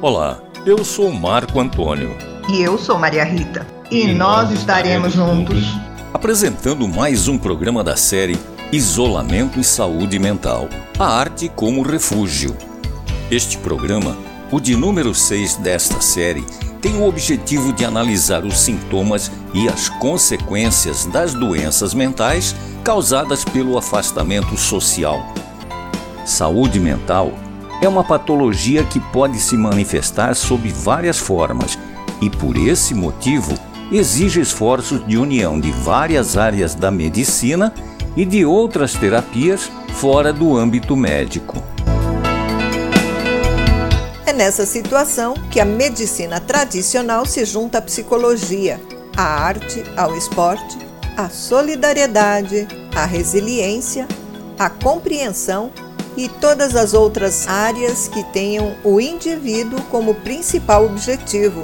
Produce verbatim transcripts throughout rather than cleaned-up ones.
Olá, eu sou Marco Antônio. E eu sou Maria Rita. E, E nós nós estaremos juntos apresentando mais um programa da série Isolamento e Saúde Mental, a arte como refúgio. Este programa, o de número seis desta série, tem o objetivo de analisar os sintomas e as consequências das doenças mentais causadas pelo afastamento social. Saúde mental é uma patologia que pode se manifestar sob várias formas e, por esse motivo, exige esforços de união de várias áreas da medicina e de outras terapias fora do âmbito médico. É nessa situação que a medicina tradicional se junta à psicologia, à arte, ao esporte, à solidariedade, à resiliência, à compreensão e todas as outras áreas que tenham o indivíduo como principal objetivo.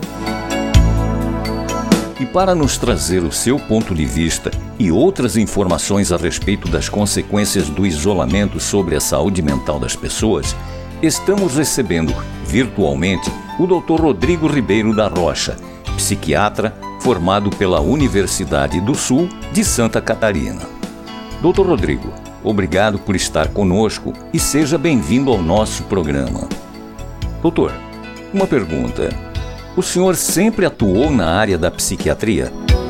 E para nos trazer o seu ponto de vista e outras informações a respeito das consequências do isolamento sobre a saúde mental das pessoas, estamos recebendo virtualmente o doutor Rodrigo Ribeiro da Rocha, psiquiatra formado pela Universidade do Sul de Santa Catarina. doutor Rodrigo, obrigado por estar conosco e seja bem-vindo ao nosso programa. Doutor, uma pergunta. O senhor sempre atuou na área da psiquiatria?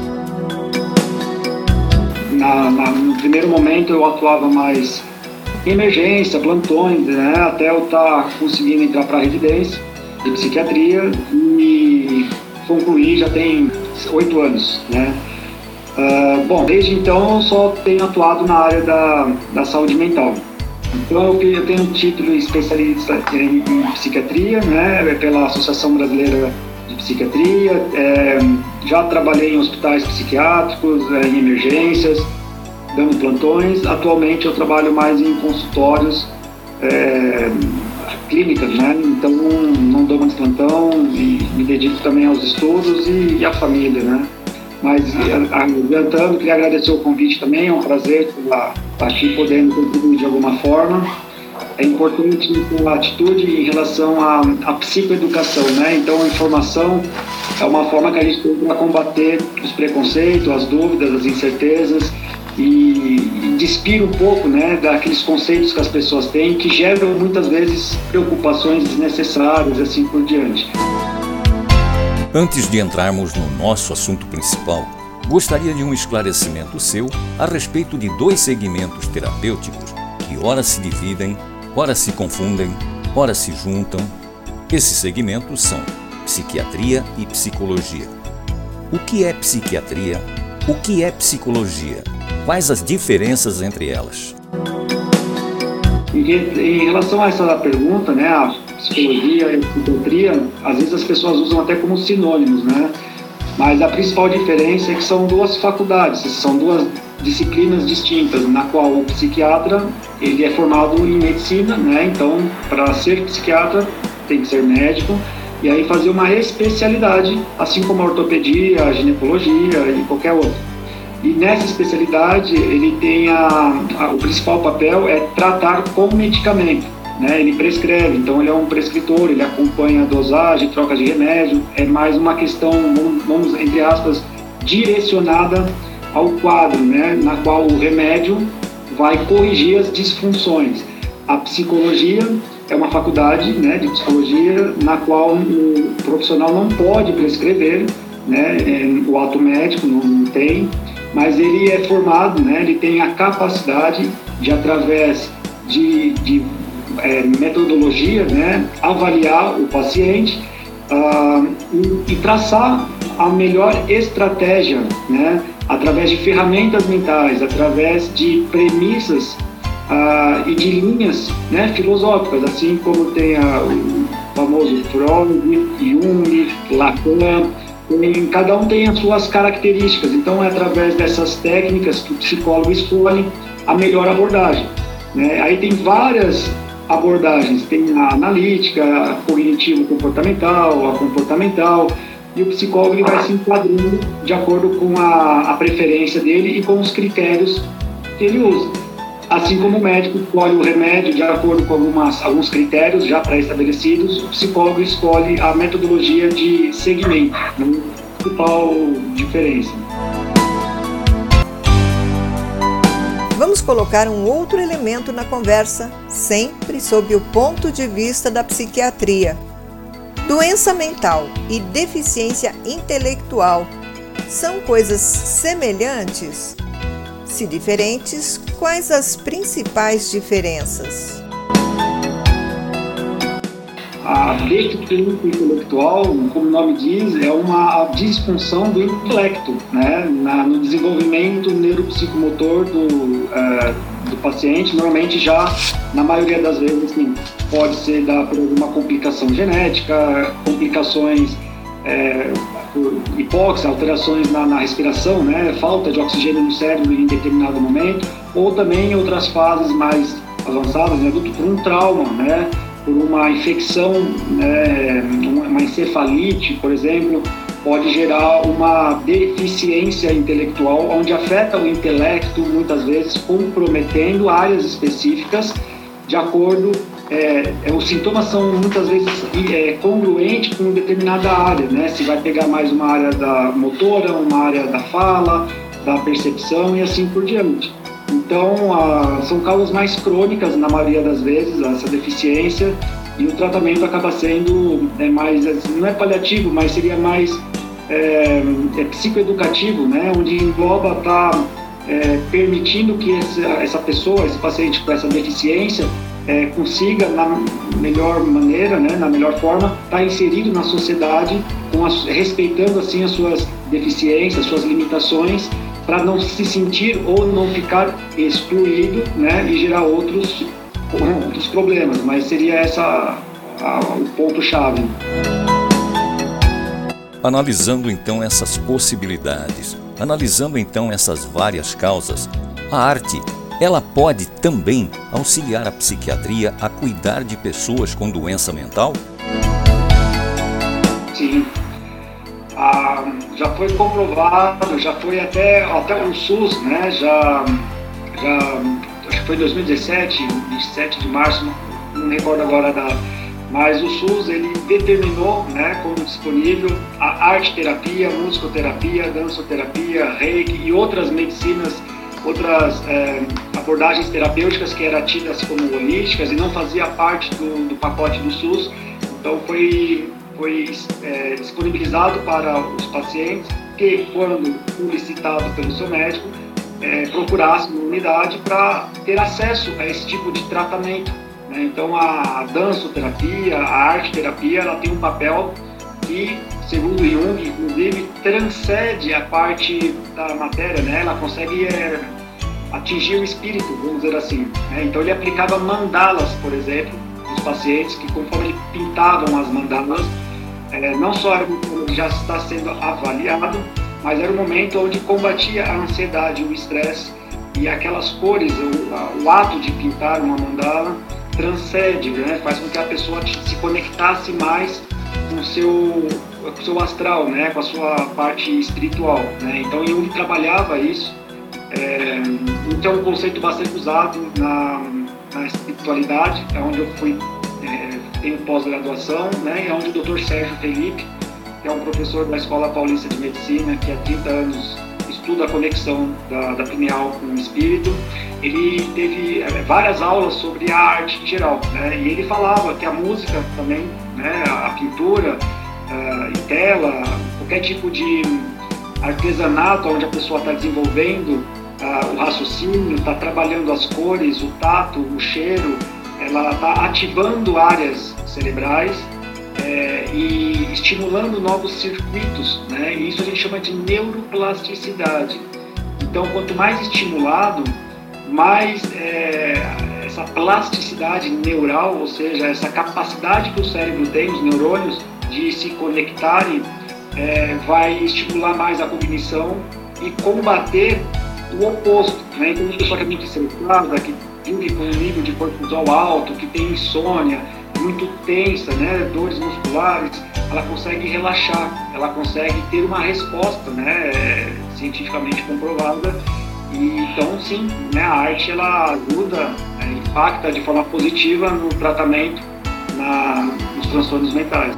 Na, na, no primeiro momento eu atuava mais em emergência, plantões, né, até eu estar conseguindo entrar para a residência de psiquiatria e concluir já tem oito anos, né? Uh, bom, desde então eu só tenho atuado na área da, da saúde mental. Então eu, eu tenho um título especialista em, em psiquiatria, né, pela Associação Brasileira de Psiquiatria, é, já trabalhei em hospitais psiquiátricos, é, em emergências, dando plantões. Atualmente eu trabalho mais em consultórios, é, clínicas, né, então não dou mais plantão e me dedico também aos estudos e, e à família, né. Mas, adiantando, queria agradecer o convite também, é um prazer estar aqui podendo contribuir de alguma forma. É importante a atitude em relação à, à psicoeducação, né? Então, a informação é uma forma que a gente tem para combater os preconceitos, as dúvidas, as incertezas e, e despir um pouco, né, daqueles conceitos que as pessoas têm que geram muitas vezes preocupações desnecessárias e assim por diante. Antes de entrarmos no nosso assunto principal, gostaria de um esclarecimento seu a respeito de dois segmentos terapêuticos que ora se dividem, ora se confundem, ora se juntam. Esses segmentos são psiquiatria e psicologia. O que é psiquiatria? O que é psicologia? Quais as diferenças entre elas? Em relação a essa pergunta, né, a psicologia e a psiquiatria, às vezes as pessoas usam até como sinônimos, né? Mas a principal diferença é que são duas faculdades, são duas disciplinas distintas, na qual o psiquiatra ele é formado em medicina, né? Então, para ser psiquiatra tem que ser médico e aí fazer uma especialidade, assim como a ortopedia, a ginecologia e qualquer outra. E nessa especialidade ele tem a, a o principal papel é tratar com medicamento, né? Ele prescreve, então ele é um prescritor, ele acompanha a dosagem, troca de remédio, é mais uma questão, vamos, entre aspas, direcionada ao quadro, né? Na qual o remédio vai corrigir as disfunções. A psicologia é uma faculdade, né, de psicologia na qual o profissional não pode prescrever, né? O ato médico não tem, mas ele é formado, né? Ele tem a capacidade de, através de, de é, metodologia, né, avaliar o paciente uh, e, e traçar a melhor estratégia, né, através de ferramentas mentais, através de premissas uh, e de linhas, né, filosóficas, assim como tem a, o famoso Freud, Jung, Lacan. Em, cada um tem as suas características, então é através dessas técnicas que o psicólogo escolhe a melhor abordagem, né? Aí tem várias abordagens, tem a analítica, a cognitivo-comportamental, a comportamental, e o psicólogo ele vai se enquadrando de acordo com a, a preferência dele e com os critérios que ele usa. Assim como o médico escolhe o remédio de acordo com algumas, alguns critérios já pré-estabelecidos, o psicólogo escolhe a metodologia de segmento, né? Principal diferença. Vamos colocar um outro elemento na conversa, sempre sob o ponto de vista da psiquiatria. Doença mental e deficiência intelectual são coisas semelhantes? Se diferentes, quais as principais diferenças? A deficiência intelectual, como o nome diz, é uma disfunção do intelecto, né? Na, no desenvolvimento neuropsicomotor do, uh, do paciente. Normalmente já, na maioria das vezes, assim, pode ser da, por alguma complicação genética, complicações é, por hipóxia, alterações na, na respiração, né? Falta de oxigênio no cérebro em determinado momento, ou também em outras fases mais avançadas, né? Por um trauma, né? Por uma infecção, né, uma encefalite, por exemplo, pode gerar uma deficiência intelectual, onde afeta o intelecto, muitas vezes comprometendo áreas específicas, de acordo, é, é, os sintomas são muitas vezes é, congruentes com determinada área, né, se vai pegar mais uma área da motora, uma área da fala, da percepção e assim por diante. Então, a, são causas mais crônicas, na maioria das vezes, essa deficiência, e o tratamento acaba sendo é, mais, não é paliativo, mas seria mais é, é psicoeducativo, né? Onde engloba estar tá, é, permitindo que essa, essa pessoa, esse paciente com essa deficiência, é, consiga, na melhor maneira, né, na melhor forma, estar tá inserido na sociedade, com as, respeitando assim as suas deficiências, suas limitações, para não se sentir ou não ficar excluído, né, e gerar outros, outros problemas, mas seria essa a, o ponto-chave. Analisando então essas possibilidades, analisando então essas várias causas, a arte, ela pode também auxiliar a psiquiatria a cuidar de pessoas com doença mental? Sim. Ah, já foi comprovado, já foi até, até o SUS, né, já, já, acho que foi em dois mil e dezessete, vinte e sete de março, não, não recordo agora da, mas o SUS, ele determinou, né, como disponível a arte-terapia, musicoterapia, dançoterapia, reiki e outras medicinas, outras é, abordagens terapêuticas que eram tidas como holísticas e não fazia parte do, do pacote do SUS, então foi... foi é, disponibilizado para os pacientes que, quando solicitado pelo seu médico, é, procurassem uma unidade para ter acesso a esse tipo de tratamento, né? Então, a dançoterapia, a arte-terapia, ela tem um papel que, segundo Jung, inclusive, transcende a parte da matéria, né? Ela consegue é, atingir o espírito, vamos dizer assim, né? Então, ele aplicava mandalas, por exemplo, os pacientes que, conforme ele pintavam as mandalas, é, não só era um momento que já está sendo avaliado, mas era um momento onde combatia a ansiedade, o estresse, e aquelas cores, o, o ato de pintar uma mandala transcende, né, faz com que a pessoa se conectasse mais com o seu, com o seu astral, né, com a sua parte espiritual, né? Então Jung trabalhava isso, é, então é um conceito bastante usado na, na espiritualidade, é onde eu fui É, tenho pós-graduação, né, e onde o doutor Sérgio Felipe, que é um professor da Escola Paulista de Medicina, que há trinta anos estuda a conexão da, da pineal com o espírito, ele teve é, várias aulas sobre a arte em geral, né, e ele falava que a música também, né, a pintura uh, em tela, qualquer tipo de artesanato onde a pessoa está desenvolvendo uh, o raciocínio, está trabalhando as cores, o tato, o cheiro, ela está ativando áreas cerebrais é, e estimulando novos circuitos, né? E isso a gente chama de neuroplasticidade. Então, quanto mais estimulado, mais é, essa plasticidade neural, ou seja, essa capacidade que o cérebro tem, os neurônios, de se conectarem, é, vai estimular mais a cognição e combater o oposto, né? Então, uma pessoa que é muito estressada, que vive com um nível de cortisol alto, que tem insônia, muito tensa, né, dores musculares, ela consegue relaxar, ela consegue ter uma resposta, né, cientificamente comprovada, E, então, sim, né, a arte ela ajuda, é, impacta de forma positiva no tratamento, na, nos transtornos mentais.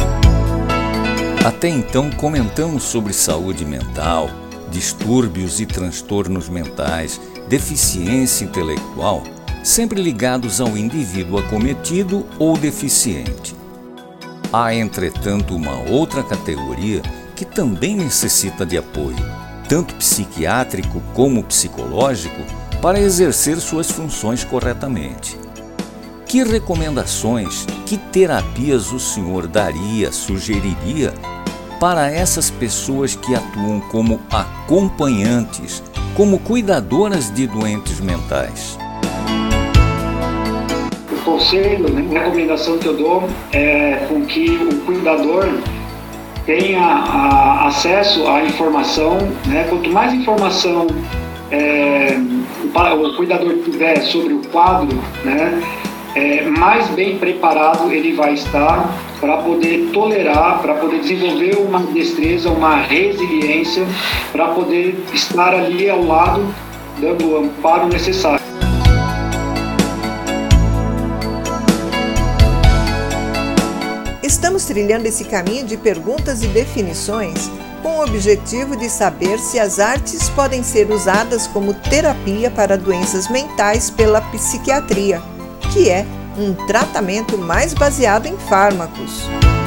Até então, comentamos sobre saúde mental, distúrbios e transtornos mentais, deficiência intelectual, sempre ligados ao indivíduo acometido ou deficiente. Há, entretanto, uma outra categoria que também necessita de apoio, tanto psiquiátrico como psicológico, para exercer suas funções corretamente. Que recomendações, que terapias o senhor daria, sugeriria para essas pessoas que atuam como acompanhantes, como cuidadoras de doentes mentais? O conselho, né, a recomendação que eu dou é com que o cuidador tenha a, acesso à informação, né? Quanto mais informação é, o cuidador tiver sobre o quadro, né, é, mais bem preparado ele vai estar para poder tolerar, para poder desenvolver uma destreza, uma resiliência, para poder estar ali ao lado, dando o amparo necessário. Estamos trilhando esse caminho de perguntas e definições com o objetivo de saber se as artes podem ser usadas como terapia para doenças mentais pela psiquiatria, que é um tratamento mais baseado em fármacos.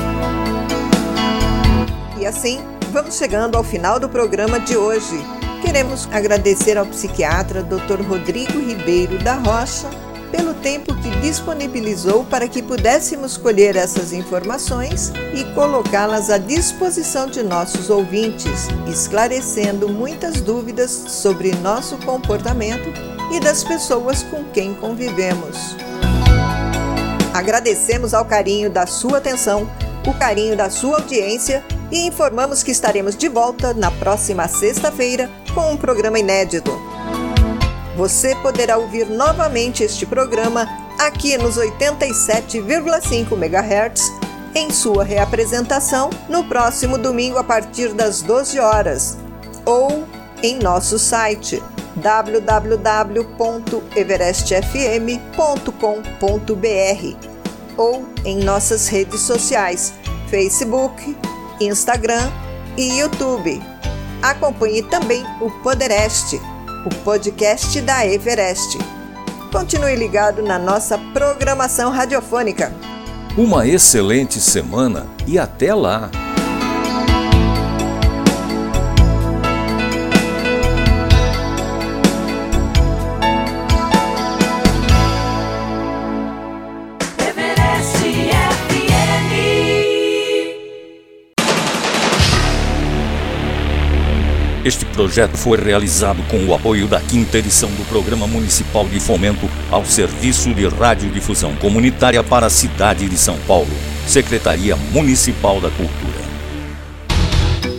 E assim, vamos chegando ao final do programa de hoje. Queremos agradecer ao psiquiatra doutor Rodrigo Ribeiro da Rocha pelo tempo que disponibilizou para que pudéssemos colher essas informações e colocá-las à disposição de nossos ouvintes, esclarecendo muitas dúvidas sobre nosso comportamento e das pessoas com quem convivemos. Agradecemos ao carinho da sua atenção, o carinho da sua audiência e informamos que estaremos de volta na próxima sexta-feira com um programa inédito. Você poderá ouvir novamente este programa aqui nos oitenta e sete vírgula cinco megahertz em sua reapresentação no próximo domingo a partir das doze horas ou em nosso site w w w ponto everest f m ponto com ponto b r ou em nossas redes sociais Facebook, Instagram e YouTube. Acompanhe também o Poderest, o podcast da Everest. Continue ligado na nossa programação radiofônica. Uma excelente semana e até lá! Este projeto foi realizado com o apoio da quinta edição do Programa Municipal de Fomento ao Serviço de Radiodifusão Comunitária para a cidade de São Paulo, Secretaria Municipal da Cultura.